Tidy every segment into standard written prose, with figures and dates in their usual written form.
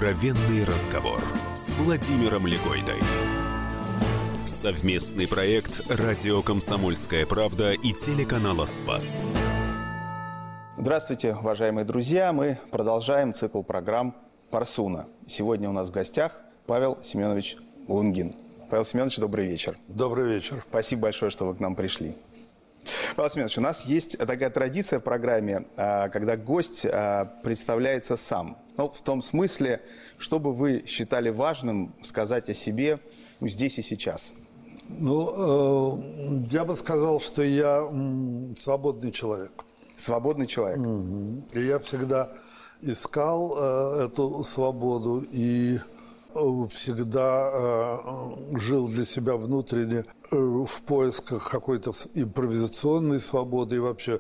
Откровенный разговор с Владимиром Легойдой. Совместный проект «Радио Комсомольская правда» и телеканала «Спас». Здравствуйте, уважаемые друзья. Мы продолжаем цикл программ «Парсуна». Сегодня у нас в гостях Павел Семенович Лунгин. Павел Семенович, добрый вечер. Добрый вечер. Спасибо большое, что вы к нам пришли. Павел Семенович, у нас есть такая традиция в программе, когда гость представляется сам. Ну, в том смысле, чтобы вы считали важным сказать о себе здесь и сейчас. Ну, я бы сказал, что я свободный человек. Свободный человек. И я всегда искал эту свободу и всегда жил для себя внутренне в поисках какой-то импровизационной свободы и вообще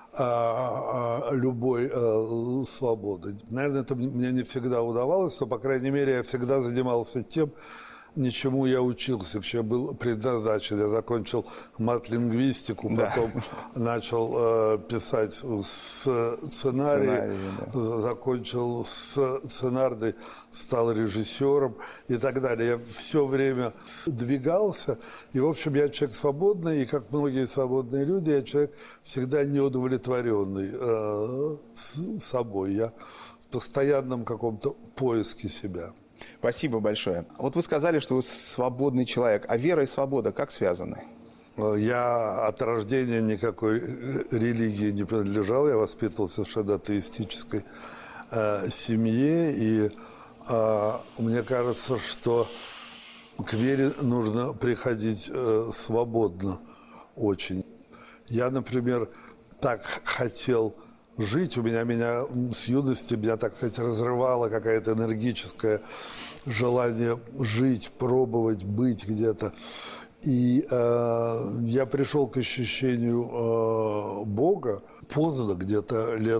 любой свободы. Наверное, это мне не всегда удавалось, но, по крайней мере, я всегда занимался тем, чему я учился, к чему был предназначен. Я закончил мат-лингвистику, потом начал писать сценарий, закончил сценарий, стал режиссером и так далее. Я все время двигался, и, в общем, я человек свободный, и, как многие свободные люди, я человек всегда неудовлетворенный собой. Я в постоянном каком-то поиске себя. Спасибо большое. Вот вы сказали, что вы свободный человек. А вера и свобода как связаны? Я от рождения никакой религии не принадлежал. Я воспитывался в совершенно атеистической семье. И мне кажется, что к вере нужно приходить свободно очень. Я, например, так хотел жить. У меня с юности, так сказать, разрывало какое-то энергическое желание жить, пробовать, быть где-то. И я пришел к ощущению Бога поздно, где-то лет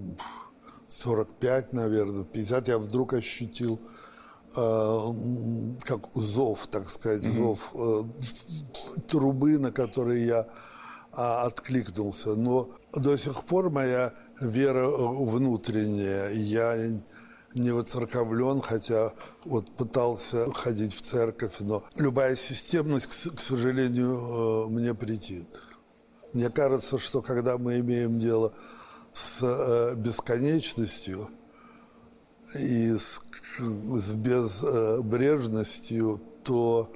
45, наверное, 50. Я вдруг ощутил как зов, так сказать, зов трубы, на который я откликнулся. Но до сих пор моя вера внутренняя. Я не воцерковлен, хотя вот пытался ходить в церковь, но любая системность, к сожалению, мне претит. Мне кажется, что когда мы имеем дело с бесконечностью и с безбрежностью, то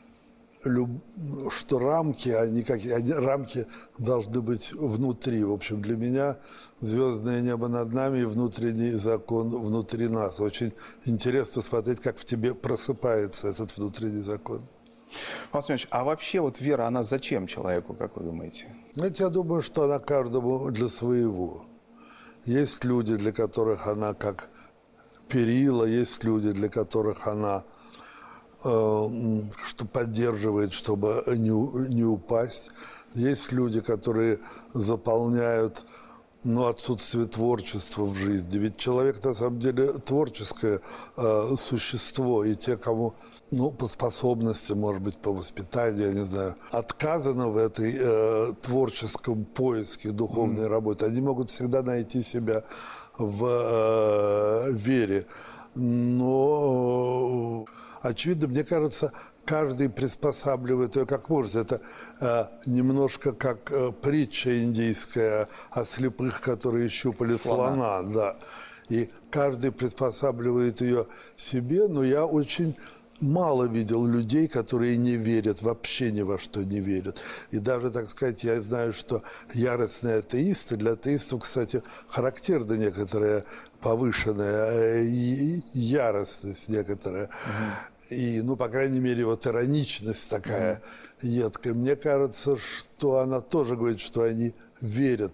что рамки должны быть внутри. В общем, для меня звездное небо над нами и внутренний закон внутри нас. Очень интересно смотреть, как в тебе просыпается этот внутренний закон. Павел Семенович, а вообще вот вера, она зачем человеку, как вы думаете? Знаете, я думаю, что она каждому для своего. Есть люди, для которых она как перила, есть люди, для которых она что поддерживает, чтобы не упасть. Есть люди, которые заполняют отсутствие творчества в жизни. Ведь человек, на самом деле, творческое существо. И те, кому по способности, может быть, по воспитанию, я не знаю, отказано в этой творческом поиске, духовной работе, они могут всегда найти себя в вере. Но очевидно, мне кажется, каждый приспосабливает ее как может. Это немножко как притча индийская о слепых, которые щупали слона. Да. И каждый приспосабливает ее себе, но я очень мало видел людей, которые не верят, вообще ни во что не верят. И даже, так сказать, я знаю, что яростные атеисты, для атеистов, кстати, характерна некоторая повышенная яростность некоторая. И, по крайней мере, вот ироничность такая едкая. Мне кажется, что она тоже говорит, что они верят.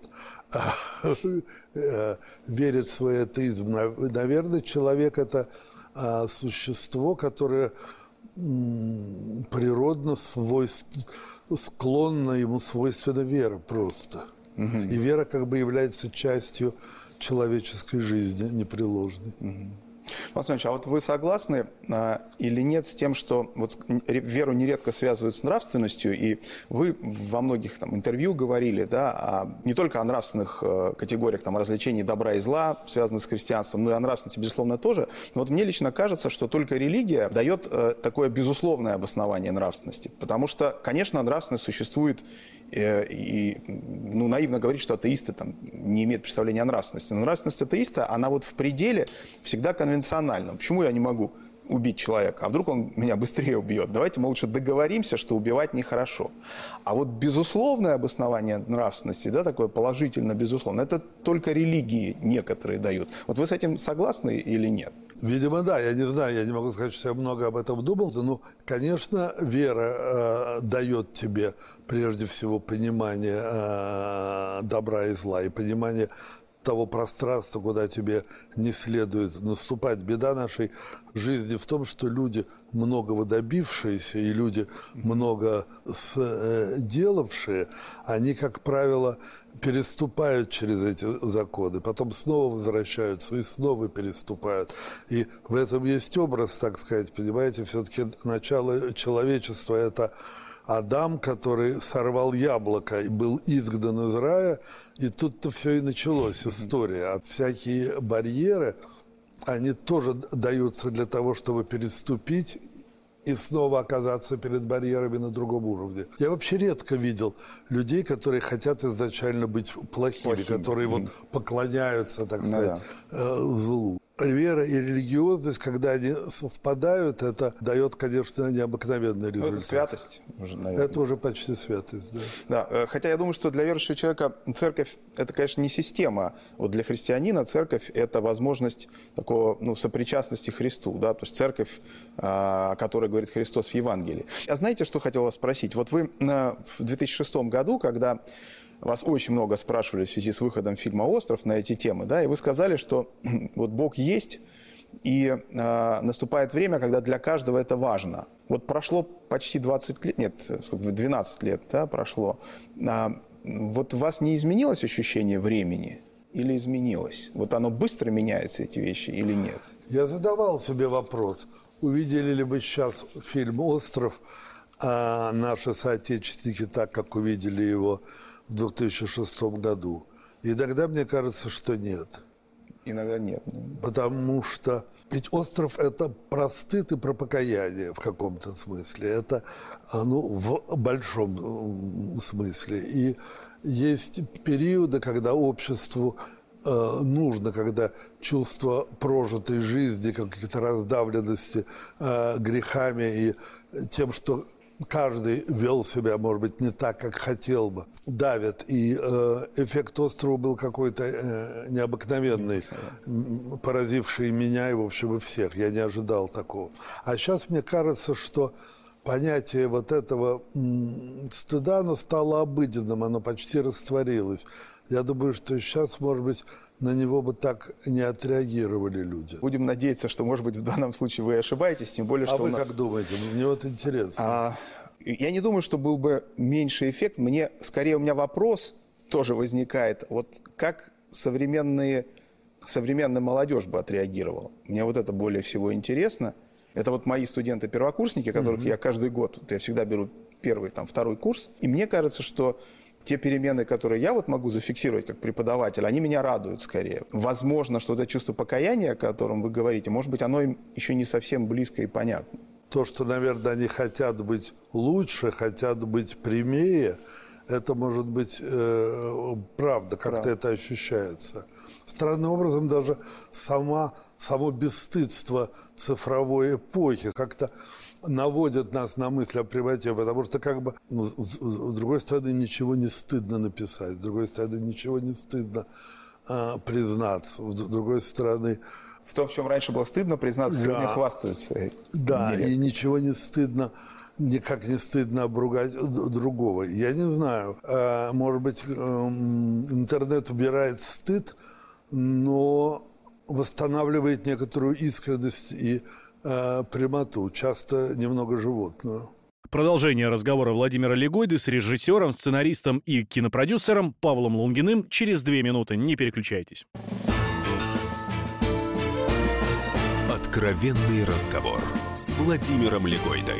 Верят в свой атеизм. Наверное, человек – это существо, которое природно склонно, ему свойственна вера просто. И вера как бы является частью человеческой жизни, непреложной. Павел Семенович, а вот вы согласны или нет с тем, что вот веру нередко связывают с нравственностью, и вы во многих там интервью говорили, да, не только о нравственных категориях там, развлечений добра и зла, связанных с христианством, но и о нравственности, безусловно, тоже. Но вот мне лично кажется, что только религия дает такое безусловное обоснование нравственности. Потому что, конечно, нравственность существует, и наивно говорить, что атеисты там, не имеют представления о нравственности. Но нравственность атеиста, она вот в пределе всегда конвенциональна. Почему я не могу убить человека? А вдруг он меня быстрее убьет? Давайте мы лучше договоримся, что убивать нехорошо. А вот безусловное обоснование нравственности, да, такое положительно, безусловно, это только религии некоторые дают. Вот вы с этим согласны или нет? Видимо, да. Я не знаю, я не могу сказать, что я много об этом думал. Но, конечно, вера дает тебе прежде всего понимание добра и зла и понимание того пространства, куда тебе не следует наступать. Беда нашей жизни в том, что люди, многого добившиеся и люди, много сделавшие, они, как правило, переступают через эти законы, потом снова возвращаются и снова переступают. И в этом есть образ, так сказать, понимаете, все-таки начало человечества – это Адам, который сорвал яблоко и был изгнан из рая, и тут-то все и началось, история. А всякие барьеры, они тоже даются для того, чтобы переступить и снова оказаться перед барьерами на другом уровне. Я вообще редко видел людей, которые хотят изначально быть плохими. Которые вот поклоняются, так сказать, злу. Вера и религиозность, когда они совпадают, это дает, конечно, необыкновенный результат. Это святость уже, наверное. Это уже почти святость, да. Да, хотя я думаю, что для верующего человека церковь – это, конечно, не система. Вот для христианина церковь – это возможность такого, сопричастности Христу, да, то есть церковь, о которой говорит Христос в Евангелии. А знаете, что хотел вас спросить? Вот вы в 2006 году, когда вас очень много спрашивали в связи с выходом фильма «Остров» на эти темы, да, и вы сказали, что вот Бог есть, и наступает время, когда для каждого это важно. Вот прошло почти 20 лет, нет, 12 лет, да, прошло. Вот у вас не изменилось ощущение времени или изменилось? Вот оно быстро меняется, эти вещи, или нет? Я задавал себе вопрос, увидели ли бы сейчас фильм «Остров», наши соотечественники так, как увидели его в 2006 году. И иногда мне кажется, что нет. Иногда нет. Потому что ведь «Остров» – это про стыд и про покаяние в каком-то смысле. Это в большом смысле. И есть периоды, когда обществу нужно, когда чувство прожитой жизни, какой-то раздавленности грехами и тем, что каждый вел себя, может быть, не так, как хотел бы, давит. И эффект «Острова» был какой-то необыкновенный, поразивший меня и, в общем, и всех. Я не ожидал такого. А сейчас мне кажется, что понятие вот этого стыда, оно стало обыденным, оно почти растворилось. Я думаю, что сейчас, может быть, на него бы так не отреагировали люди. Будем надеяться, что, может быть, в данном случае вы ошибаетесь, тем более, что вы как думаете? Мне вот интересно. Я не думаю, что был бы меньший эффект. Скорее, у меня вопрос тоже возникает. Вот как современная молодежь бы отреагировала? Мне вот это более всего интересно. Это вот мои студенты-первокурсники, которых я каждый год, я всегда беру первый, второй курс. И мне кажется, что те перемены, которые я вот могу зафиксировать как преподаватель, они меня радуют скорее. Возможно, что это чувство покаяния, о котором вы говорите, может быть, оно им еще не совсем близко и понятно. То, что, наверное, они хотят быть лучше, хотят быть прямее, это может быть правда, как-то это ощущается. Странным образом даже само бесстыдство цифровой эпохи как-то наводит нас на мысль о прямоте, потому что с другой стороны ничего не стыдно написать, с другой стороны ничего не стыдно признаться, с другой стороны... В том, в чем раньше было стыдно признаться, сегодня хвастаются. Да, и ничего не стыдно, никак не стыдно обругать другого. Я не знаю, может быть, интернет убирает стыд, но восстанавливает некоторую искренность и прямоту, часто немного животную. Продолжение разговора Владимира Легойды с режиссером, сценаристом и кинопродюсером Павлом Лунгиным через 2 минуты. Не переключайтесь. Откровенный разговор с Владимиром Легойдой.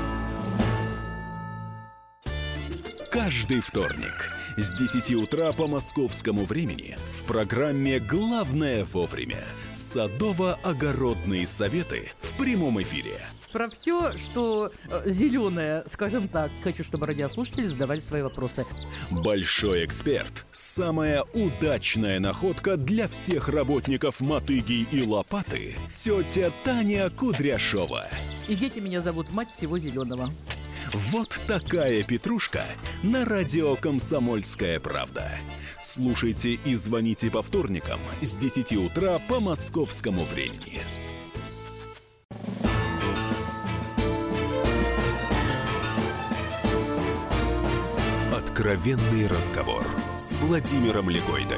Каждый вторник с 10 утра по московскому времени в программе «Главное вовремя» садово-огородные советы в прямом эфире. Про все, что зеленое, скажем так. Хочу, чтобы радиослушатели задавали свои вопросы. Большой эксперт. Самая удачная находка для всех работников мотыги и лопаты. Тетя Таня Кудряшова. И дети меня зовут мать всего зеленого. Вот такая петрушка на радио «Комсомольская правда». Слушайте и звоните по вторникам с 10 утра по московскому времени. Откровенный разговор с Владимиром Легойдой.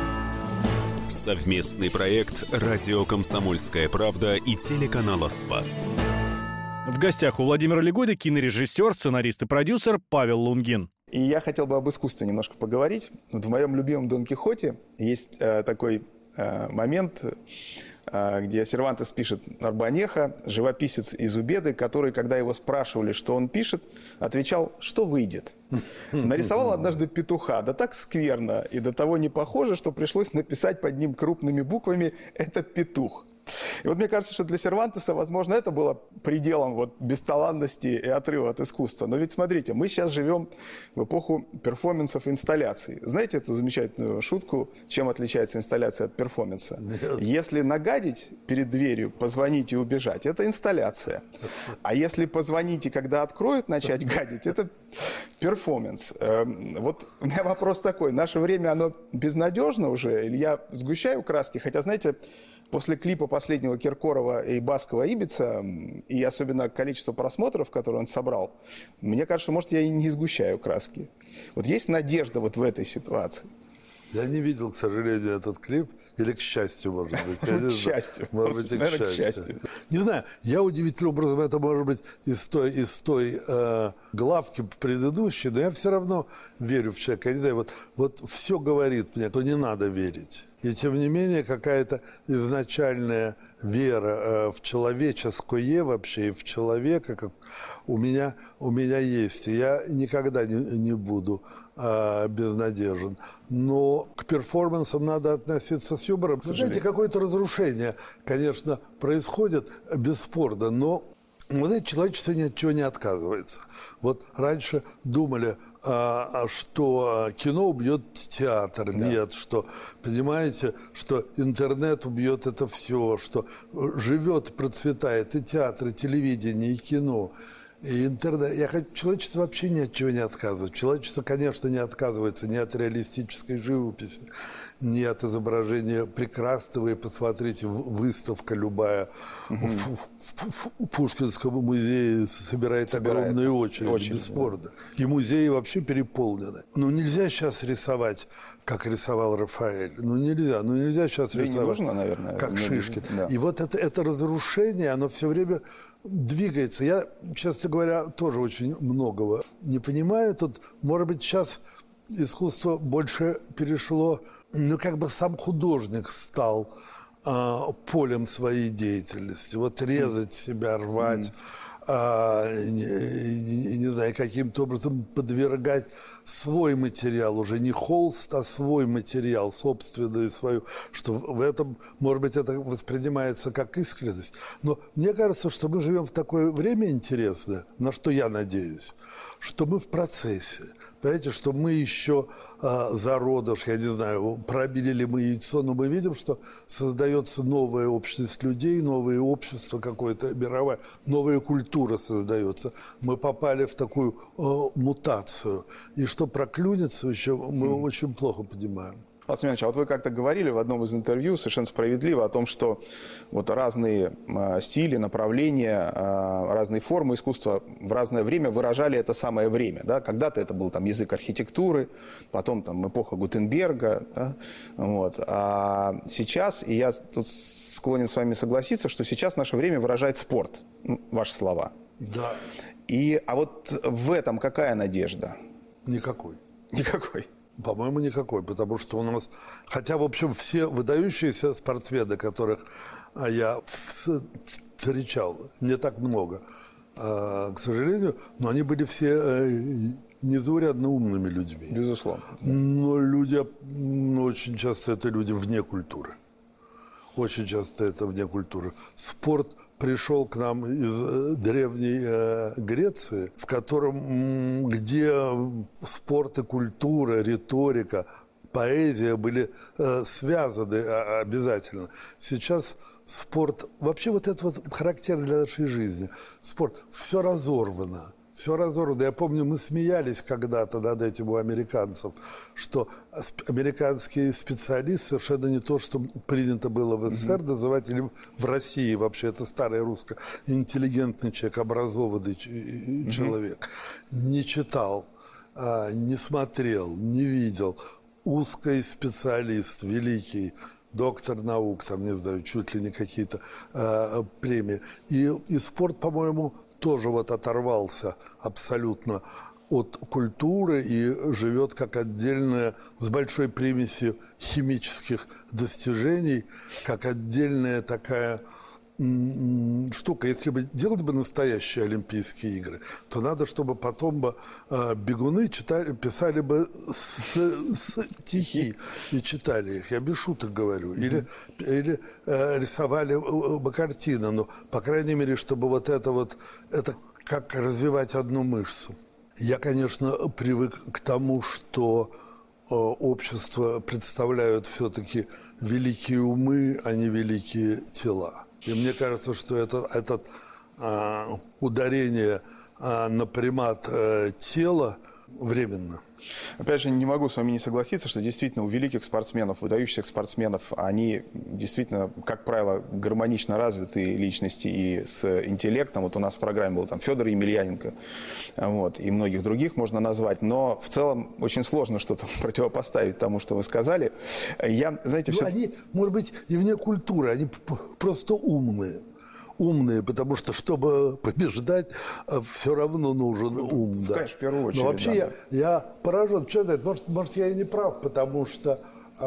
Совместный проект «Радио Комсомольская правда» и телеканала «Спас». В гостях у Владимира Легойды кинорежиссер, сценарист и продюсер Павел Лунгин. И я хотел бы об искусстве немножко поговорить. Вот в моем любимом Дон Кихоте есть такой момент, где Сервантес пишет Нарбонеха, живописец из Убеды, который, когда его спрашивали, что он пишет, отвечал, что выйдет. Нарисовал однажды петуха, да так скверно и до того не похоже, что пришлось написать под ним крупными буквами «это петух». И вот мне кажется, что для Сервантеса, возможно, это было пределом вот бесталанности и отрыва от искусства. Но ведь смотрите, мы сейчас живем в эпоху перформансов и инсталляций. Знаете эту замечательную шутку, чем отличается инсталляция от перформанса? Нет. Если нагадить перед дверью, позвонить и убежать, это инсталляция. А если позвонить и когда откроют начать гадить, это перформанс. Вот у меня вопрос такой. Наше время, оно безнадежно уже? Или я сгущаю краски? Хотя, знаете, после клипа последнего Киркорова и Баскова «Ибица», и особенно количество просмотров, которые он собрал, мне кажется, может, я и не сгущаю краски. Вот есть надежда вот в этой ситуации? Я не видел, к сожалению, этот клип. Или к счастью, может быть. К счастью. Может быть, и к счастью. Не знаю, я удивительным образом, это может быть из той главки предыдущей, но я все равно верю в человека. Я не знаю, вот все говорит мне, то не надо верить. И тем не менее какая-то изначальная вера в человеческое вообще и в человека, как у меня есть. И я никогда не буду безнадежен. Но к перформансам надо относиться с юмором. Знаете, какое-то разрушение, конечно, происходит, бесспорно, но вот это человечество ни от чего не отказывается. Вот раньше думали, что кино убьет театр. Да. Нет, что, понимаете, что интернет убьет это все, что живет, процветает и театр, и телевидение, и кино. И интернет. Человечество вообще ни от чего не отказывается. Человечество, конечно, не отказывается ни от реалистической живописи, ни от изображения прекрасного. И посмотрите, выставка любая в Пушкинском музее собирает огромные очереди, бесспорно. И музеи вообще переполнены. Ну, нельзя сейчас рисовать, как рисовал Рафаэль. Ну, нельзя сейчас рисовать, не нужно, наверное, как Шишкин. Да. И вот это разрушение, оно все время двигается. Я, честно говоря, тоже очень многого не понимаю. Тут, может быть, сейчас искусство больше перешло, как бы сам художник стал полем своей деятельности. Вот резать себя, рвать, не знаю, каким-то образом подвергать свой материал, уже не холст, а свой материал, собственный свою, что в этом, может быть, это воспринимается как искренность. Но мне кажется, что мы живем в такое время интересное, на что я надеюсь, что мы в процессе. Понимаете, что мы еще зародыш, я не знаю, пробили ли мы яйцо, но мы видим, что создается новая общность людей, новое общество какое-то мировое, новая культура создается. Мы попали в такую мутацию. И что проклюнется еще, мы очень плохо понимаем. Владимир Семенович, а вот вы как-то говорили в одном из интервью совершенно справедливо о том, что вот разные стили, направления, разные формы искусства в разное время выражали это самое время. Да? Когда-то это был там язык архитектуры, потом там эпоха Гутенберга. Да? Вот. А сейчас, и я тут склонен с вами согласиться, что сейчас наше время выражает спорт. Ваши слова. Да. А вот в этом какая надежда? Никакой. Никакой. По-моему, никакой, потому что у нас... Хотя, в общем, все выдающиеся спортсмены, которых я встречал, не так много, к сожалению, но они были все незаурядно умными людьми. Безусловно. Но люди, очень часто это люди вне культуры. Очень часто это вне культуры. Спорт пришел к нам из древней Греции, в котором, где спорт и культура, риторика, поэзия были связаны обязательно. Сейчас спорт, вообще вот это вот характерно для нашей жизни. Спорт, все разорвано. Все разорвано. Я помню, мы смеялись когда-то над этим у американцев, что американские специалисты совершенно не то, что принято было в СССР называть, или в России вообще, это старое русское, интеллигентный человек, образованный человек. Не читал, не смотрел, не видел. Узкий специалист, великий, доктор наук, там, не знаю, чуть ли не какие-то премии. И спорт, по-моему, тоже вот оторвался абсолютно от культуры и живет как отдельная, с большой примесью химических достижений, как отдельная такая штука. Если бы делать бы настоящие Олимпийские игры, то надо, чтобы потом бы бегуны писали бы стихи и читали их. Я без шуток говорю. Или рисовали бы картины. Но, по крайней мере, чтобы вот это как развивать одну мышцу. Я, конечно, привык к тому, что общество представляют все-таки великие умы, а не великие тела. И мне кажется, что это ударение на примат тела временно. Опять же, не могу с вами не согласиться, что действительно у великих спортсменов, выдающихся спортсменов, они действительно, как правило, гармонично развитые личности и с интеллектом. Вот у нас в программе был там Федор Емельяненко, вот, и многих других можно назвать. Но в целом очень сложно что-то противопоставить тому, что вы сказали. Я, знаете, Они, может быть, и вне культуры, они просто умные. Умные, потому что, чтобы побеждать, все равно нужен ум. Да. Конечно, в первую очередь. Но вообще я поражен. Что это? Может, я и не прав, потому что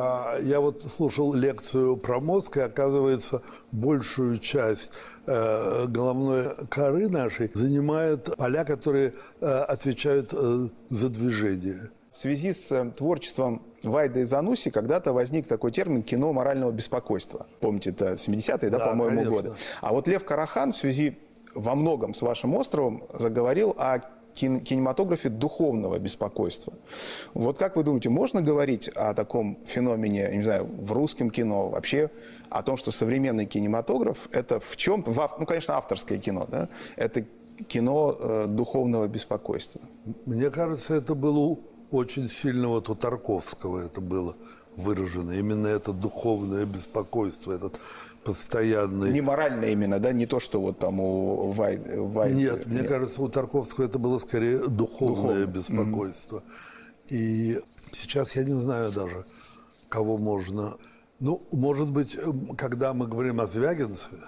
я вот слушал лекцию про мозг, и, оказывается, большую часть головной коры нашей занимают поля, которые отвечают за движение. В связи с творчеством Вайда и Зануси когда-то возник такой термин «кино морального беспокойства». Помните, это 70-е, да, по-моему, годы. А вот Лев Карахан в связи во многом с вашим островом заговорил о кинематографе духовного беспокойства. Вот как вы думаете, можно говорить о таком феномене, я не знаю, в русском кино, вообще о том, что современный кинематограф – это в чем-то, ну, конечно, авторское кино, да, это кино духовного беспокойства? Мне кажется, это было очень сильно вот у Тарковского это было выражено. Именно это духовное беспокойство, этот постоянный... Не моральное именно, да? Не то, что вот там у Вайда. Нет, мне кажется, у Тарковского это было скорее духовное беспокойство. И сейчас я не знаю даже, кого можно... Ну, может быть, когда мы говорим о Звягинцеве,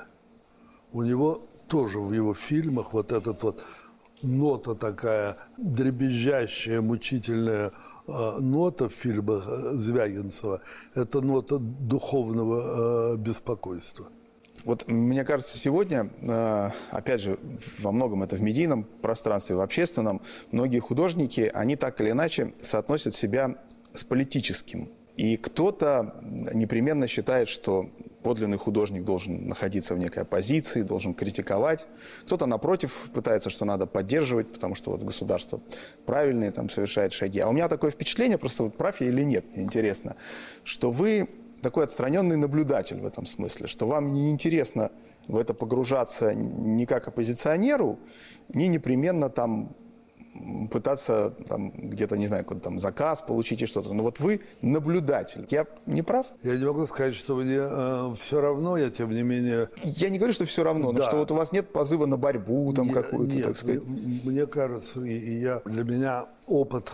у него тоже в его фильмах вот этот вот нота такая дребезжащая, мучительная нота в фильмах Звягинцева. Это нота духовного беспокойства. Вот мне кажется, сегодня, опять же, во многом это в медийном пространстве, в общественном, многие художники, они так или иначе соотносят себя с политическим. И кто-то непременно считает, что подлинный художник должен находиться в некой оппозиции, должен критиковать. Кто-то, напротив, пытается, что надо поддерживать, потому что вот государство правильные там совершает шаги. А у меня такое впечатление, просто вот прав я или нет, мне интересно, что вы такой отстраненный наблюдатель в этом смысле, что вам не интересно в это погружаться ни как оппозиционеру, ни непременно там пытаться там где-то, не знаю, какой-то там заказ получить и что-то. Но вот вы наблюдатель. Я не прав? Я не могу сказать, что мне все равно, я тем не менее... Я не говорю, что все равно, но что вот у вас нет позыва на борьбу там какую-то, нет, так сказать. Мне кажется, для меня опыт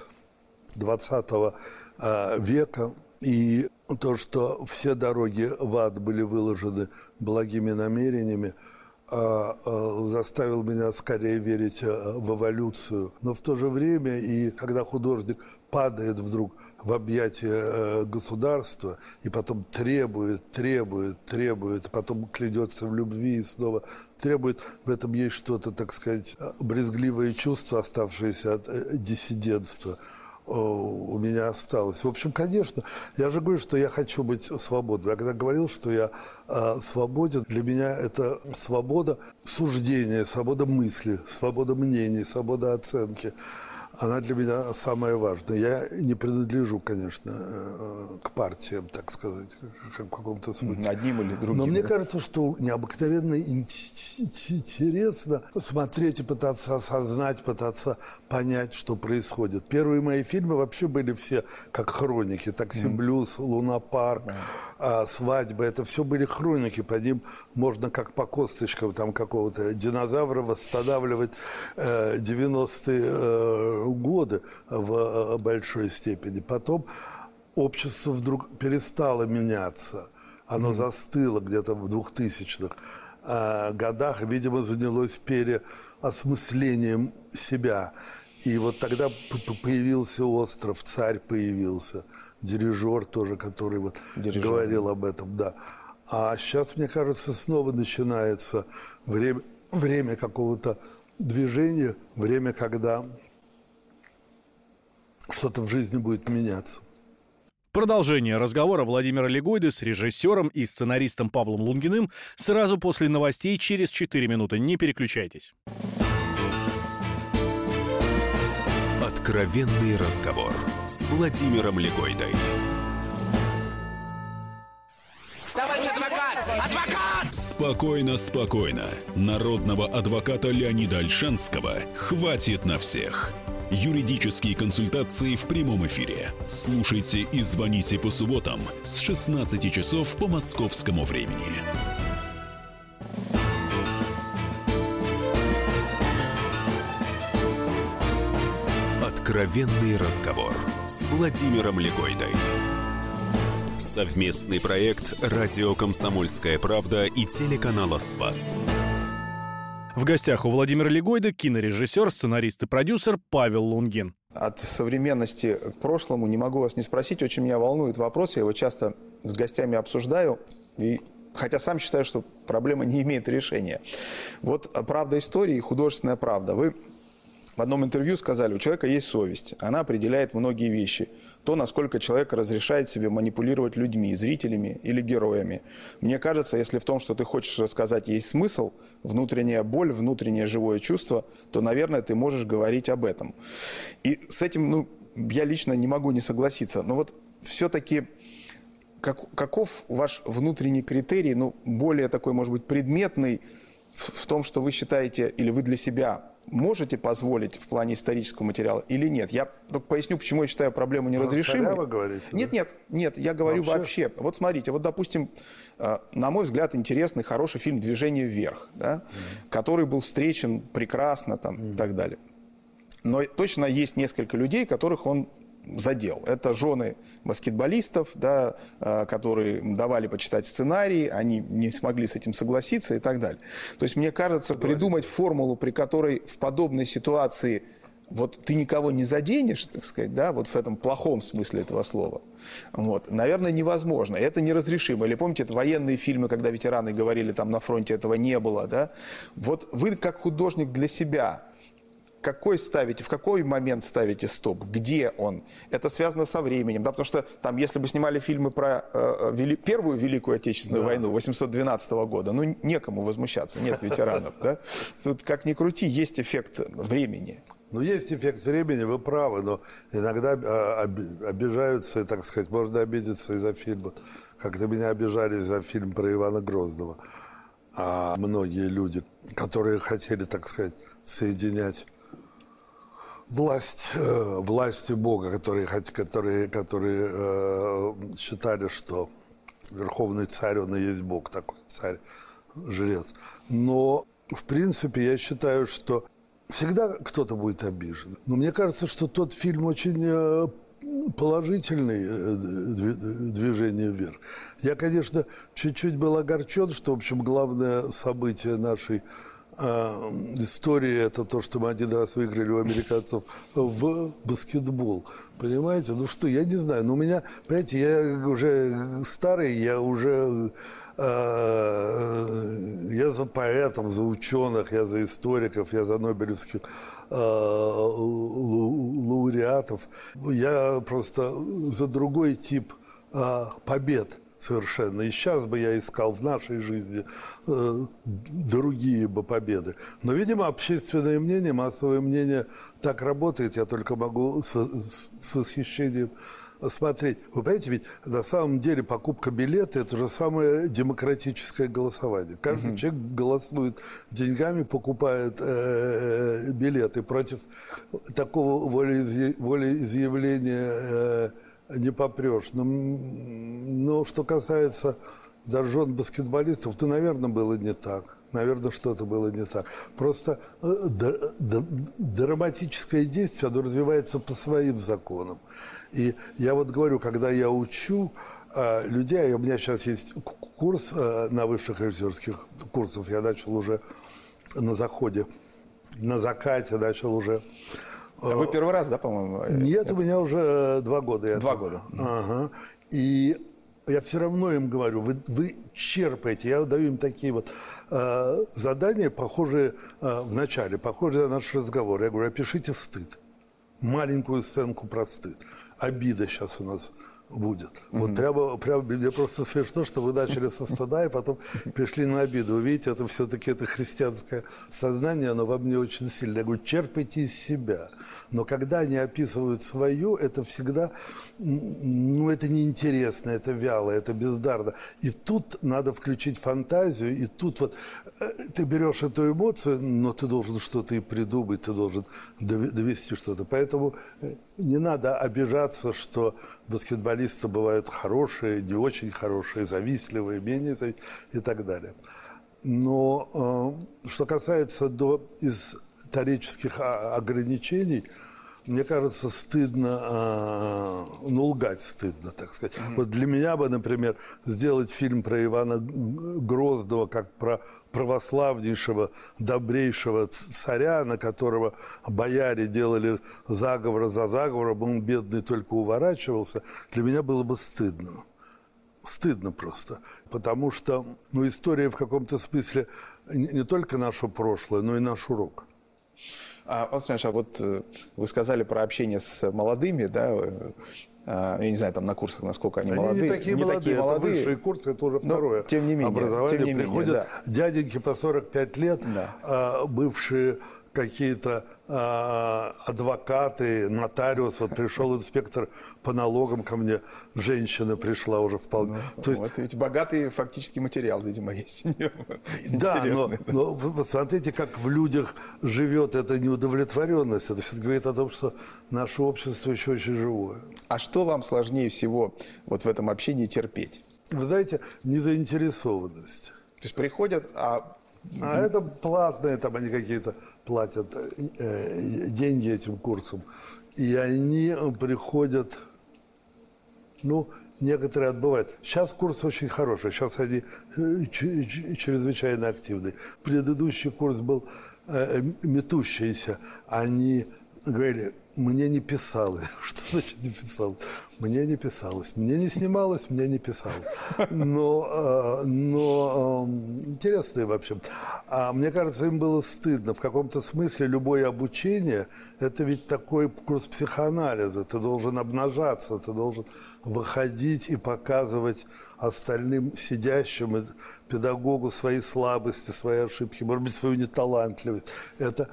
20 века и то, что все дороги в ад были выложены благими намерениями, заставил меня скорее верить в эволюцию. Но в то же время, и когда художник падает вдруг в объятия государства и потом требует, потом клянется в любви и снова требует, в этом есть что-то, так сказать, брезгливое чувство, оставшееся от диссидентства, у меня осталось. В общем, конечно, я же говорю, что я хочу быть свободным. Я когда говорил, что я свободен, для меня это свобода суждения, свобода мысли, свобода мнений, свобода оценки. Она для меня самая важная. Я не принадлежу, конечно, к партиям, так сказать, в каком-то смысле. Одним или другим. Но мне кажется, что необыкновенно интересно смотреть и пытаться осознать, пытаться понять, что происходит. Первые мои фильмы вообще были все как хроники. «Такси Блюз», «Луна-парк», «Свадьба». Это все были хроники. По ним можно как по косточкам там какого-то динозавра восстанавливать 90-е годы в большой степени. Потом общество вдруг перестало меняться. Оно застыло где-то в 2000-х годах, видимо, занялось переосмыслением себя. И вот тогда появился «Остров», «Царь» появился, «Дирижер» тоже, который вот говорил об этом, да. А сейчас, мне кажется, снова начинается время какого-то движения, время, когда что-то в жизни будет меняться. Продолжение разговора Владимира Легойды с режиссером и сценаристом Павлом Лунгиным сразу после новостей через 4 минуты. Не переключайтесь. Откровенный разговор с Владимиром Легойдой. Товарищ адвокат! Адвокат! Спокойно, спокойно. Народного адвоката Леонида Ольшанского хватит на всех. Юридические консультации в прямом эфире. Слушайте и звоните по субботам с 16 часов по московскому времени. Откровенный разговор с Владимиром Легойдой. Совместный проект «Радио Комсомольская правда» и телеканала «Спас». В гостях у Владимира Легойды кинорежиссер, сценарист и продюсер Павел Лунгин. От современности к прошлому не могу вас не спросить. Очень меня волнует вопрос. Я его часто с гостями обсуждаю. И хотя сам считаю, что проблема не имеет решения. Вот правда истории и художественная правда. Вы в одном интервью сказали, у человека есть совесть. Она определяет многие вещи. То, насколько человек разрешает себе манипулировать людьми, зрителями или героями. Мне кажется, если в том, что ты хочешь рассказать, есть смысл, внутренняя боль, внутреннее живое чувство, то, наверное, ты можешь говорить об этом. И с этим, я лично не могу не согласиться. Но вот все-таки каков ваш внутренний критерий, более такой, может быть, предметный в том, что вы считаете, или вы для себя можете позволить в плане исторического материала или нет? Я только поясню, почему я считаю проблему неразрешимой. Вы говорите? Нет, я говорю вообще. Вот смотрите, допустим, на мой взгляд, интересный, хороший фильм «Движение вверх», да, который был встречен прекрасно и так далее. Но точно есть несколько людей, которых он задел. Это жены баскетболистов, да, которые давали почитать сценарий, они не смогли с этим согласиться и так далее. То есть, мне кажется, придумать формулу, при которой в подобной ситуации ты никого не заденешь, так сказать, да, вот в этом плохом смысле этого слова, наверное, невозможно. Это неразрешимо. Или помните, это военные фильмы, когда ветераны говорили, там на фронте этого не было, да? Вот вы как художник для себя в какой момент ставите стоп? Где он? Это связано со временем, да, потому что там, если бы снимали фильмы про Первую Великую Отечественную войну 812 года, некому возмущаться, нет ветеранов, да? Тут, как ни крути, есть эффект времени. Есть эффект времени, вы правы, но иногда обижаются, и, так сказать, можно обидеться из-за фильма. Как-то меня обижали за фильм про Ивана Грозного. А многие люди, которые хотели, так сказать, соединять власти Бога, которые считали, что Верховный Царь, он и есть Бог, такой царь-жрец. Но, в принципе, я считаю, что всегда кто-то будет обижен. Но мне кажется, что тот фильм очень положительные движения вверх. Я, конечно, чуть-чуть был огорчен, что, в общем, главное событие нашей истории – это то, что мы один раз выиграли у американцев в баскетбол. Понимаете? Ну что, я не знаю. Но у меня, понимаете, я уже старый, я уже… я за поэтов, за ученых, я за историков, я за нобелевских лауреатов. Я просто за другой тип побед совершенно. И сейчас бы я искал в нашей жизни другие бы победы. Но, видимо, общественное мнение, массовое мнение так работает. Я только могу с восхищением смотреть. Вы понимаете, ведь на самом деле покупка билета – это же самое демократическое голосование. Каждый человек голосует деньгами, покупает билеты. Против такого волеизъявления не попрешь. Но что касается даже жен баскетболистов, то, наверное, было не так. Наверное, что-то было не так. Просто драматическое действие, оно развивается по своим законам. И я вот говорю, когда я учу людей, у меня сейчас есть курс на высших режиссерских курсах, я начал уже на заходе, на закате начал уже. Вы первый раз, да, по-моему? Нет, у меня уже 2 года. 2 года. Ага. И я все равно им говорю, вы черпаете. Я даю им такие вот задания, похожие в начале, похожие на наш разговор. Я говорю, опишите стыд. Маленькую сценку про стыд. Обида сейчас у нас будет. Вот прямо мне просто смешно, что вы начали со стыда и потом пришли на обиду. Вы видите, это все-таки это христианское сознание, оно во мне очень сильно. Я говорю, черпайте из себя. Но когда они описывают свое, это всегда, ну, это неинтересно, это вяло, это бездарно. И тут надо включить фантазию, и тут вот ты берешь эту эмоцию, но ты должен что-то и придумать, ты должен довести что-то. Поэтому не надо обижаться, что баскетболисты бывают хорошие, не очень хорошие, завистливые, менее завистливые и так далее. Но что касается исторических ограничений, мне кажется, стыдно, лгать стыдно, так сказать. Вот для меня бы, например, сделать фильм про Ивана Грозного, как про православнейшего, добрейшего царя, на которого бояре делали заговор за заговором, он бедный только уворачивался, для меня было бы стыдно. Стыдно просто. Потому что история в каком-то смысле не только наше прошлое, но и наш урок. Вот вы сказали про общение с молодыми, да? Я не знаю, там на курсах, насколько они молодые. Не такие молодые. Это высшие курсы, это уже второе тем не менее, образование. Приходят дяденьки по 45 лет, бывшие какие-то адвокаты, нотариус. Вот пришел инспектор по налогам ко мне, женщина пришла уже вполне. То есть, вот ведь богатый фактический материал, видимо, есть у нее. Да, но вот смотрите, как в людях живет эта неудовлетворенность. Это все говорит о том, что наше общество еще очень живое. А что вам сложнее всего вот в этом общении терпеть? Вы знаете, незаинтересованность. То есть приходят, А это платные, там они какие-то платят деньги этим курсам. И они приходят, некоторые отбывают. Сейчас курс очень хороший, сейчас они чрезвычайно активны. Предыдущий курс был метущийся. Они говорили, мне не писалось. Что значит не писалось? Мне не писалось. Мне не снималось, мне не писалось. Но интересно вообще. Мне кажется, им было стыдно. В каком-то смысле любое обучение – это ведь такой курс психоанализа. Ты должен обнажаться, ты должен выходить и показывать остальным сидящим, педагогу свои слабости, свои ошибки, может быть, свою неталантливость. Это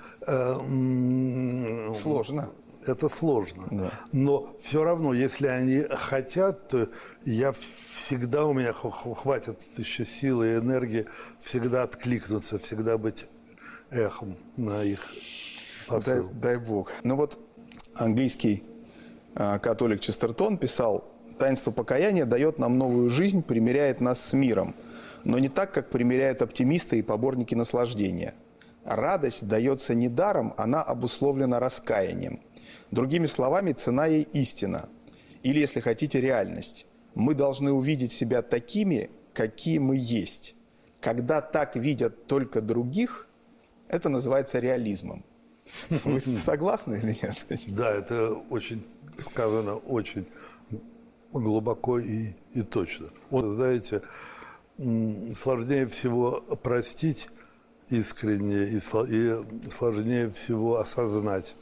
сложно. Это сложно. Да. Но все равно, если они хотят, то у меня хватит еще силы и энергии всегда откликнуться, всегда быть эхом на их посыл. Дай бог. Английский католик Честертон писал: «Таинство покаяния дает нам новую жизнь, примиряет нас с миром, но не так, как примиряют оптимисты и поборники наслаждения. Радость дается не даром, она обусловлена раскаянием. Другими словами, цена ей истина. Или, если хотите, реальность. Мы должны увидеть себя такими, какие мы есть. Когда так видят только других, это называется реализмом. Вы согласны или нет? Да, это очень сказано, очень глубоко и точно. Вот, знаете, сложнее всего простить искренне и сложнее всего осознать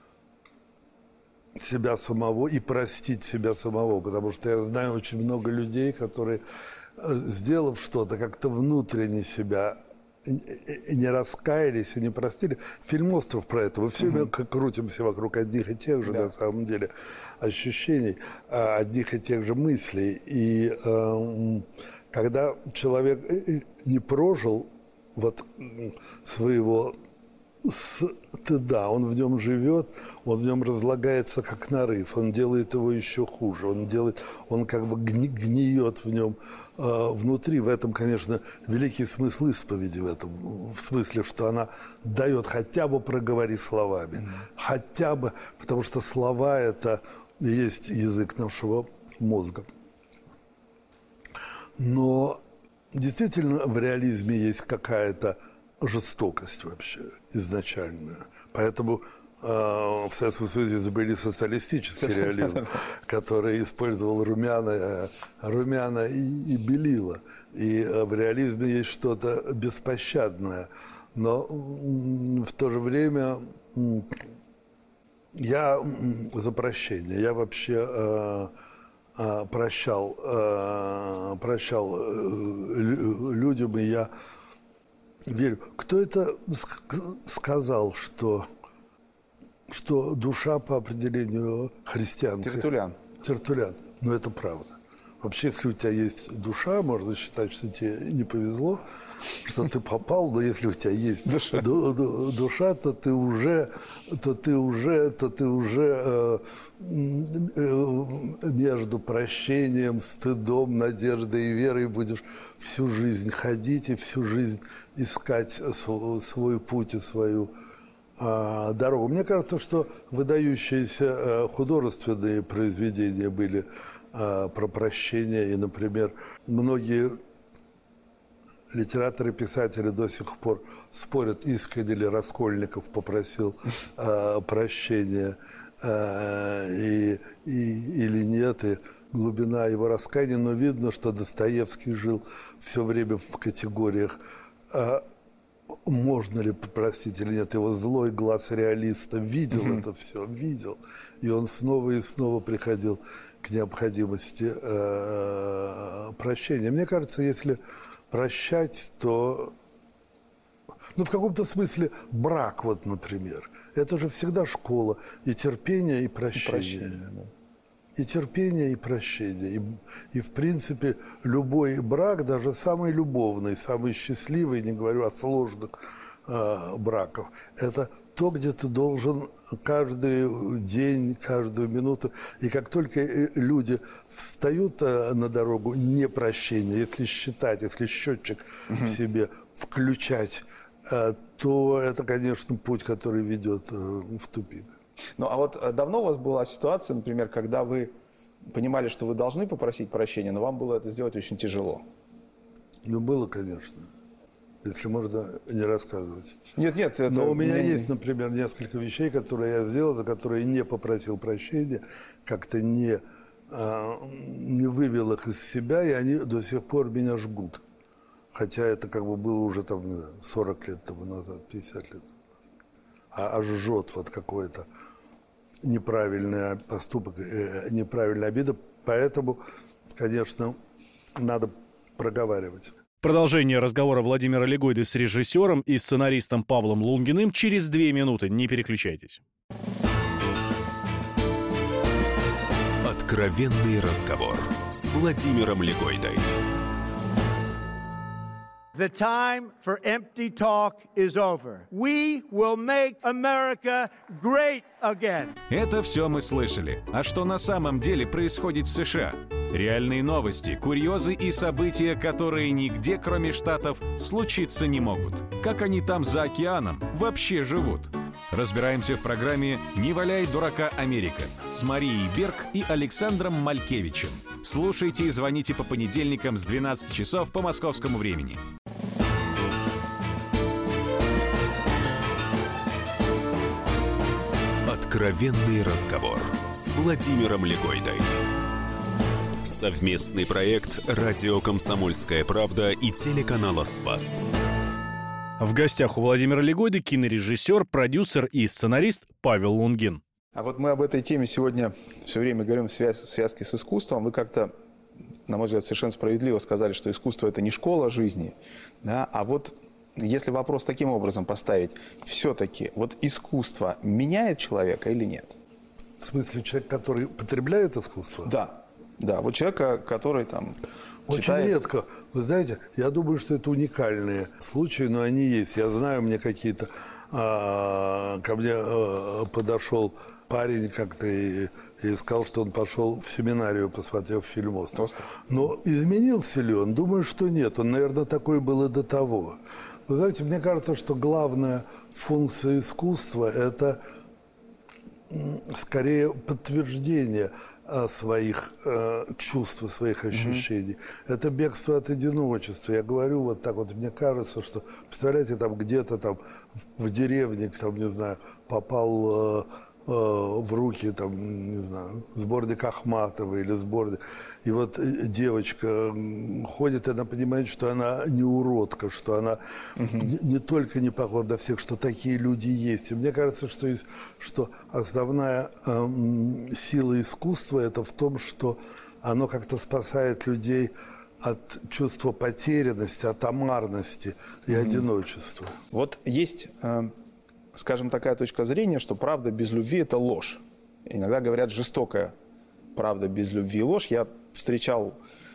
себя самого и простить себя самого, потому что я знаю очень много людей, которые, сделав что-то, как-то внутренне себя не раскаялись и не простили. Фильм «Остров» про это. Мы все время крутимся вокруг одних и тех же, на самом деле, ощущений, одних и тех же мыслей. И когда человек не прожил вот своего стыда, он в нем живет, он в нем разлагается как нарыв, он делает его еще хуже, он как бы гниет в нем внутри. В этом, конечно, великий смысл исповеди в этом, в смысле, что она дает хотя бы проговори словами, хотя бы, потому что слова – это и есть язык нашего мозга. Но действительно в реализме есть какая-то жестокость вообще изначальная. Поэтому в Советском Союзе изобрели социалистический реализм, который использовал румяна и белила. И в реализме есть что-то беспощадное. Но в то же время я за прощение. Я вообще прощал людям, и я верю. Кто это сказал, что душа по определению христианка? Тертуллиан. Но это правда. Вообще, если у тебя есть душа, можно считать, что тебе не повезло, что ты попал, но если у тебя есть душа, то ты уже между прощением, стыдом, надеждой и верой будешь всю жизнь ходить и всю жизнь искать свой путь и свою дорогу. Мне кажется, что выдающиеся художественные произведения были про прощение. И, например, многие литераторы, писатели до сих пор спорят, искренне ли Раскольников попросил прощения или нет, и глубина его раскаяния. Но видно, что Достоевский жил все время в категориях можно ли простить или нет. Его злой глаз реалиста видел это все, видел. И он снова и снова приходил к необходимости прощения. Мне кажется, если прощать, то... в каком-то смысле брак, вот, например, это же всегда школа и терпения, и прощения. И терпение, и прощение. И, в принципе, любой брак, даже самый любовный, самый счастливый, не говорю о сложных браков, это то, где ты должен каждый день, каждую минуту. И как только люди встают на дорогу непрощения, если считать, если счетчик в себе включать, то это, конечно, путь, который ведет в тупик. Ну, а вот давно у вас была ситуация, например, когда вы понимали, что вы должны попросить прощения, но вам было это сделать очень тяжело? Ну, было, конечно. Если можно не рассказывать. Нет. Но у меня есть, например, несколько вещей, которые я сделал, за которые не попросил прощения, как-то не вывел их из себя, и они до сих пор меня жгут. Хотя это как бы было уже там 40 лет тому назад, 50 лет тому назад. А жжет вот какой-то неправильный поступок, неправильная обида. Поэтому, конечно, надо проговаривать. Продолжение разговора Владимира Легойды с режиссером и сценаристом Павлом Лунгиным через 2 минуты. Не переключайтесь. Откровенный разговор с Владимиром Легойдой. The time for empty talk is over. We will make America great again. Это все мы слышали. А что на самом деле происходит в США? Реальные новости, курьезы и события, которые нигде, кроме Штатов, случиться не могут. Как они там за океаном вообще живут? Разбираемся в программе «Не валяй дурака, Америка» с Марией Берг и Александром Малькевичем. Слушайте и звоните по понедельникам с 12 часов по московскому времени. Откровенный разговор с Владимиром Легойдой. Совместный проект «Радио Комсомольская правда» и телеканала «Спас». В гостях у Владимира Легойды кинорежиссер, продюсер и сценарист Павел Лунгин. А вот мы об этой теме сегодня все время говорим в связке с искусством. Вы как-то, на мой взгляд, совершенно справедливо сказали, что искусство – это не школа жизни. Да? А вот если вопрос таким образом поставить, все-таки вот искусство меняет человека или нет? В смысле, человек, который потребляет искусство? Да. Да, вот человека, который там очень читает... редко. Вы знаете, я думаю, что это уникальные случаи, но они есть. Я знаю, мне какие-то... ко мне подошел парень как-то и сказал, что он пошел в семинарию, посмотрев фильм «Остров». Но изменился ли он? Думаю, что нет. Он, наверное, такой был и до того. Вы знаете, мне кажется, что главная функция искусства – это скорее подтверждение своих чувств, своих ощущений. Это бегство от одиночества. Я говорю вот так вот, мне кажется, что, представляете, там где-то там в деревне, там, не знаю, попал в руки, там, не знаю, сборник Ахматова или сборник. И вот девочка ходит, и она понимает, что она не уродка, что она не только не похожа на всех, что такие люди есть. И мне кажется, что основная сила искусства – это в том, что оно как-то спасает людей от чувства потерянности, от амарности и одиночества. Вот есть... скажем, такая точка зрения, что правда без любви – это ложь. Иногда говорят жестокая правда без любви и ложь. Я встречал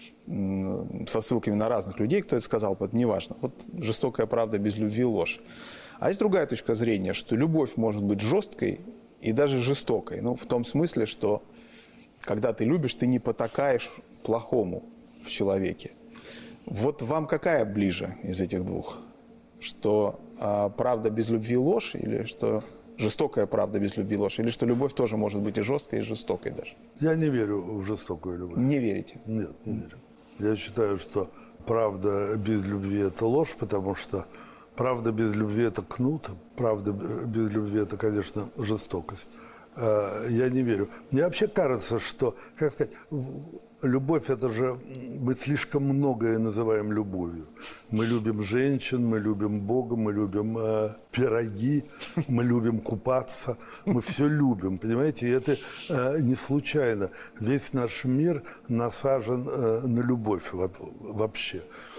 со ссылками на разных людей, кто это сказал, это неважно. Вот жестокая правда без любви и ложь. А есть другая точка зрения, что любовь может быть жесткой и даже жестокой. Ну, в том смысле, что когда ты любишь, ты не потакаешь плохому в человеке. Вот вам какая ближе из этих двух? Что правда без любви и ложь, или что жестокая правда без любви и ложь, или что любовь тоже может быть и жесткой, и жестокой даже? Я не верю в жестокую любовь. Не верите? Нет, не верю. Я считаю, что правда без любви – это ложь, потому что правда без любви – это кнут, правда без любви – это, конечно, жестокость. Я не верю. Мне вообще кажется, что, как сказать, любовь – это же мы слишком многое называем любовью. Мы любим женщин, мы любим Бога, мы любим пироги, мы любим купаться. Мы все любим, понимаете? И это не случайно. Весь наш мир насажен на любовь вообще.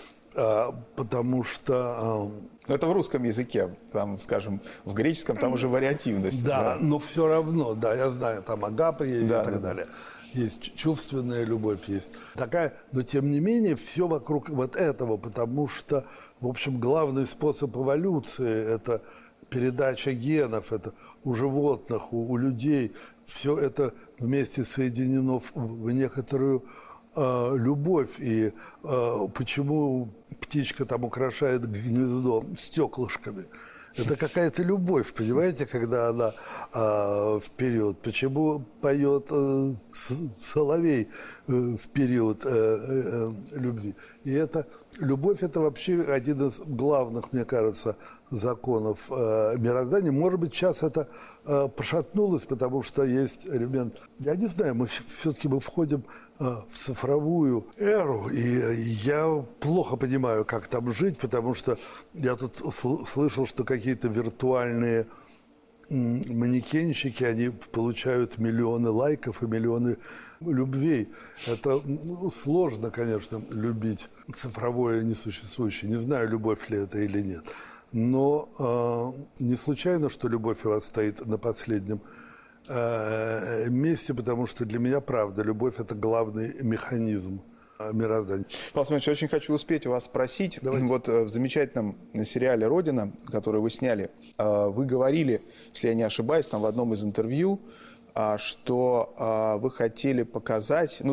Потому что... Это в русском языке, там, скажем, в греческом там уже вариативность. Да, но все равно, да, я знаю, там агапы и так далее. Есть чувственная любовь, есть такая, но тем не менее все вокруг вот этого, потому что, в общем, главный способ эволюции – это передача генов, это у животных, у людей, все это вместе соединено в некоторую любовь. И почему птичка там украшает гнездо стеклышками? Это какая-то любовь, понимаете, когда она вперед. Почему поет соловей в период любви? И это любовь – это вообще один из главных, мне кажется, законов мироздания. Может быть, сейчас это пошатнулось, потому что есть элемент. Я не знаю, мы все-таки входим в цифровую эру, и я плохо понимаю, как там жить, потому что я тут слышал, что какие-то виртуальные манекенщики, они получают миллионы лайков и миллионы любвей. Это сложно, конечно, любить цифровое несуществующее. Не знаю, любовь ли это или нет. Но не случайно, что любовь у вас стоит на последнем месте, потому что для меня, правда, любовь – это главный механизм мироздания. Павел Семенович, очень хочу успеть у вас спросить. Давайте. Вот в замечательном сериале «Родина», который вы сняли, вы говорили, если я не ошибаюсь, там в одном из интервью, что вы хотели показать, ну,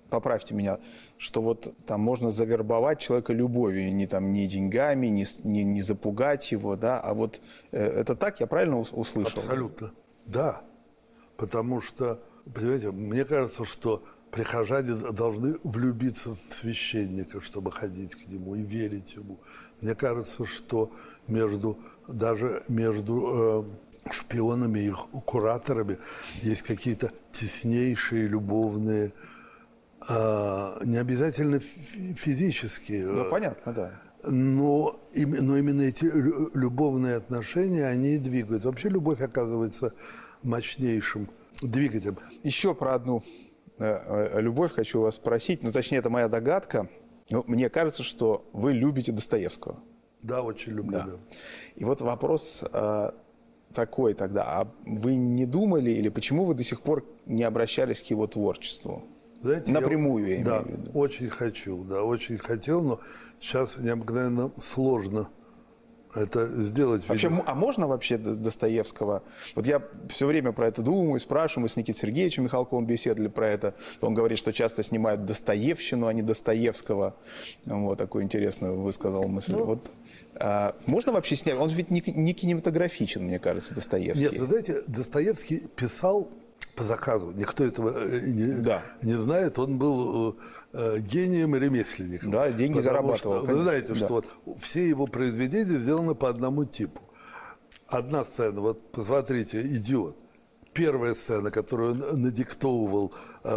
поправьте меня, что вот там можно завербовать человека любовью, не деньгами, не запугать его, да, а вот это так, я правильно услышал? Абсолютно, да, потому что, понимаете, мне кажется, что прихожане должны влюбиться в священника, чтобы ходить к нему и верить ему. Мне кажется, что даже между шпионами и их кураторами есть какие-то теснейшие любовные, не обязательно физические. Ну, понятно, да. Но именно эти любовные отношения, они и двигают. Вообще любовь оказывается мощнейшим двигателем. Еще про одну любовь хочу вас спросить, точнее, это моя догадка. Но мне кажется, что вы любите Достоевского. Да, очень люблю. Да. И вот вопрос такой тогда. А вы не думали или почему вы до сих пор не обращались к его творчеству? Знаете, напрямую, я имею в виду. Да, очень хочу, очень хотел, но сейчас необыкновенно сложно это сделать. Вообще, а можно вообще Достоевского? Вот я все время про это думаю, спрашиваю, мы с Никитой Сергеевичем Михалковым беседовали про это. Он говорит, что часто снимают Достоевщину, а не Достоевского. Вот такую интересную высказал мысль. Можно вообще снять? Он же ведь не кинематографичен, мне кажется, Достоевский. Нет, вы знаете, Достоевский писал по заказу. Никто этого не знает. Он был гением и ремесленником. Да, деньги зарабатывал. Вы знаете, что все его произведения сделаны по одному типу. Одна сцена, посмотрите, «Идиот». Первая сцена, которую он надиктовывал,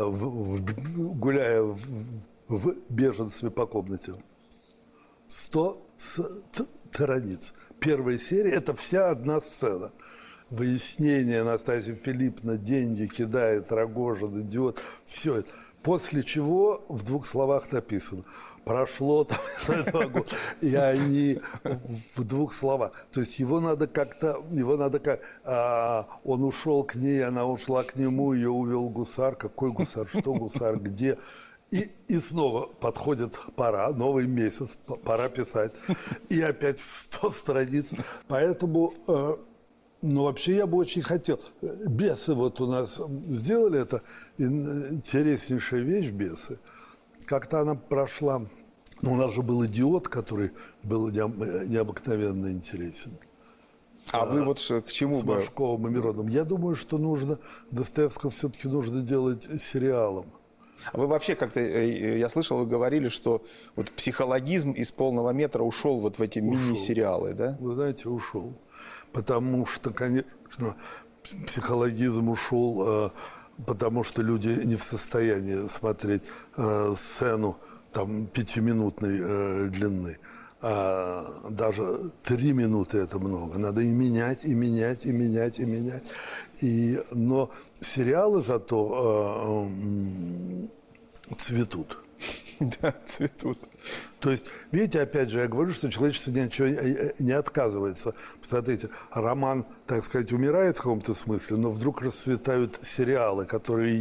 гуляя в беженстве по комнате. 100 страниц. Первая серия – это вся одна сцена. Выяснение, Анастасия Филипповна деньги кидает, Рогожин, идиот, все это. После чего в 2 словах написано. Прошло 2 года, и они в 2 словах. То есть его надо как-то, он ушел к ней, она ушла к нему, ее увел гусар. Какой гусар, что гусар, где? И снова подходит пора, новый месяц, пора писать. И опять 100 страниц. Поэтому... вообще я бы очень хотел. «Бесы» у нас сделали, это интереснейшая вещь, «Бесы». Как-то она прошла... у нас же был «Идиот», который был необыкновенно интересен. А вы к чему с Машковым и Мироновым. Я думаю, что Достоевского все-таки нужно делать сериалом. А вы вообще как-то, я слышал, вы говорили, что психологизм из полного метра ушел в эти мини-сериалы, да? Вы знаете, ушел. Потому что, конечно, психологизм ушел, потому что люди не в состоянии смотреть сцену 5-минутной длины. Даже 3 минуты это много. Надо и менять, и менять, и менять, и менять. Но сериалы зато цветут. Да, цветут. То есть, видите, опять же, я говорю, что человечество ни от чего не отказывается. Посмотрите, роман, так сказать, умирает в каком-то смысле, но вдруг расцветают сериалы, которые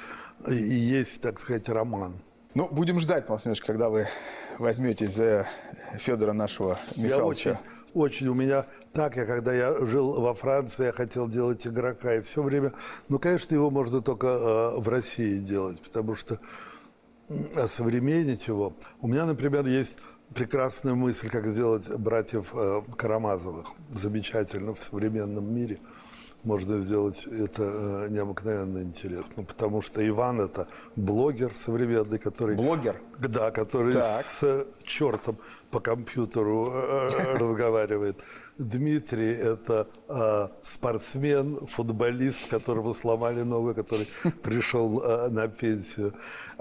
есть, так сказать, роман. Будем ждать, Павел Семенович, когда вы возьметесь за Федора нашего Михайловича. У меня когда я жил во Франции, я хотел делать игрока, и все время, конечно, его можно только в России делать, потому что осовременить его. У меня, например, есть прекрасная мысль, как сделать братьев Карамазовых. Замечательно в современном мире. Можно сделать это необыкновенно интересно, потому что Иван – это блогер современный, который... Блогер? Да, который с чертом по компьютеру разговаривает. Дмитрий – это спортсмен, футболист, которого сломали ногу, который пришел на пенсию.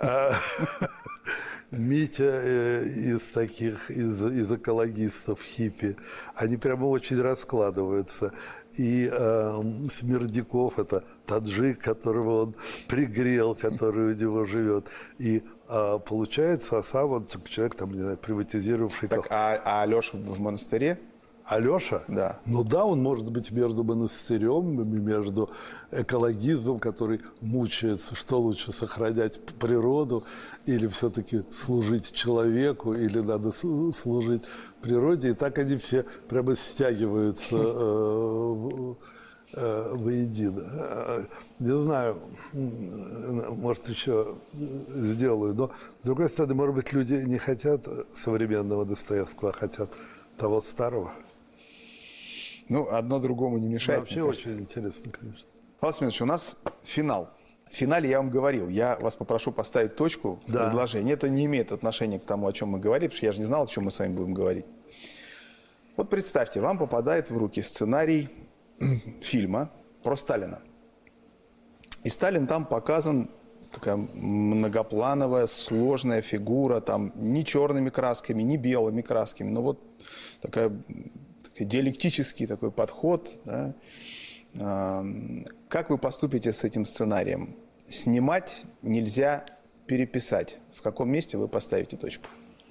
Митя из экологистов, хиппи, они прямо очень раскладываются. И Смердяков – это таджик, которого он пригрел, который у него живет. И получается, сам он человек, приватизировавший... А Алеша в монастыре? Алеша? Да. Он может быть между монастырем, между экологизмом, который мучается, что лучше сохранять природу, или все-таки служить человеку, или надо служить природе. И так они все прямо стягиваются воедино. Не знаю, может, еще сделаю, но, с другой стороны, может быть, люди не хотят современного Достоевского, а хотят того старого. Ну, одно другому не мешает. Вообще очень интересно, конечно. Павел Семенович, у нас финал. В финале я вам говорил, я вас попрошу поставить точку в предложении. Это не имеет отношения к тому, о чем мы говорили, потому что я же не знал, о чем мы с вами будем говорить. Вот представьте, вам попадает в руки сценарий фильма про Сталина. И Сталин там показан, такая многоплановая, сложная фигура, там ни черными красками, ни белыми красками, но вот такой диалектический такой подход. Да? Как вы поступите с этим сценарием? Снимать нельзя переписать. В каком месте вы поставите точку?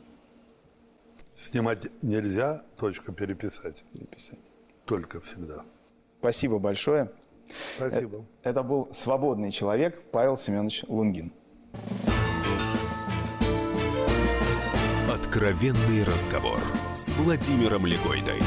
Снимать нельзя, точка переписать. Только всегда. Спасибо большое. Спасибо. Это был свободный человек Павел Семенович Лунгин. Откровенный разговор с Владимиром Легойдой.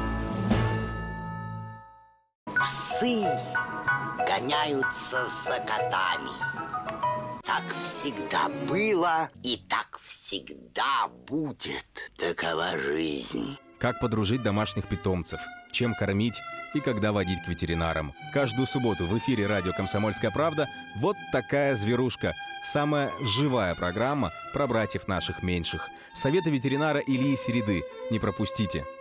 Псы гоняются за котами. Так всегда было и так всегда будет. Такова жизнь. Как подружить домашних питомцев, чем кормить и когда водить к ветеринарам. Каждую субботу в эфире радио «Комсомольская правда» вот такая зверушка. Самая живая программа про братьев наших меньших. Советы ветеринара Ильи Середы. Не пропустите.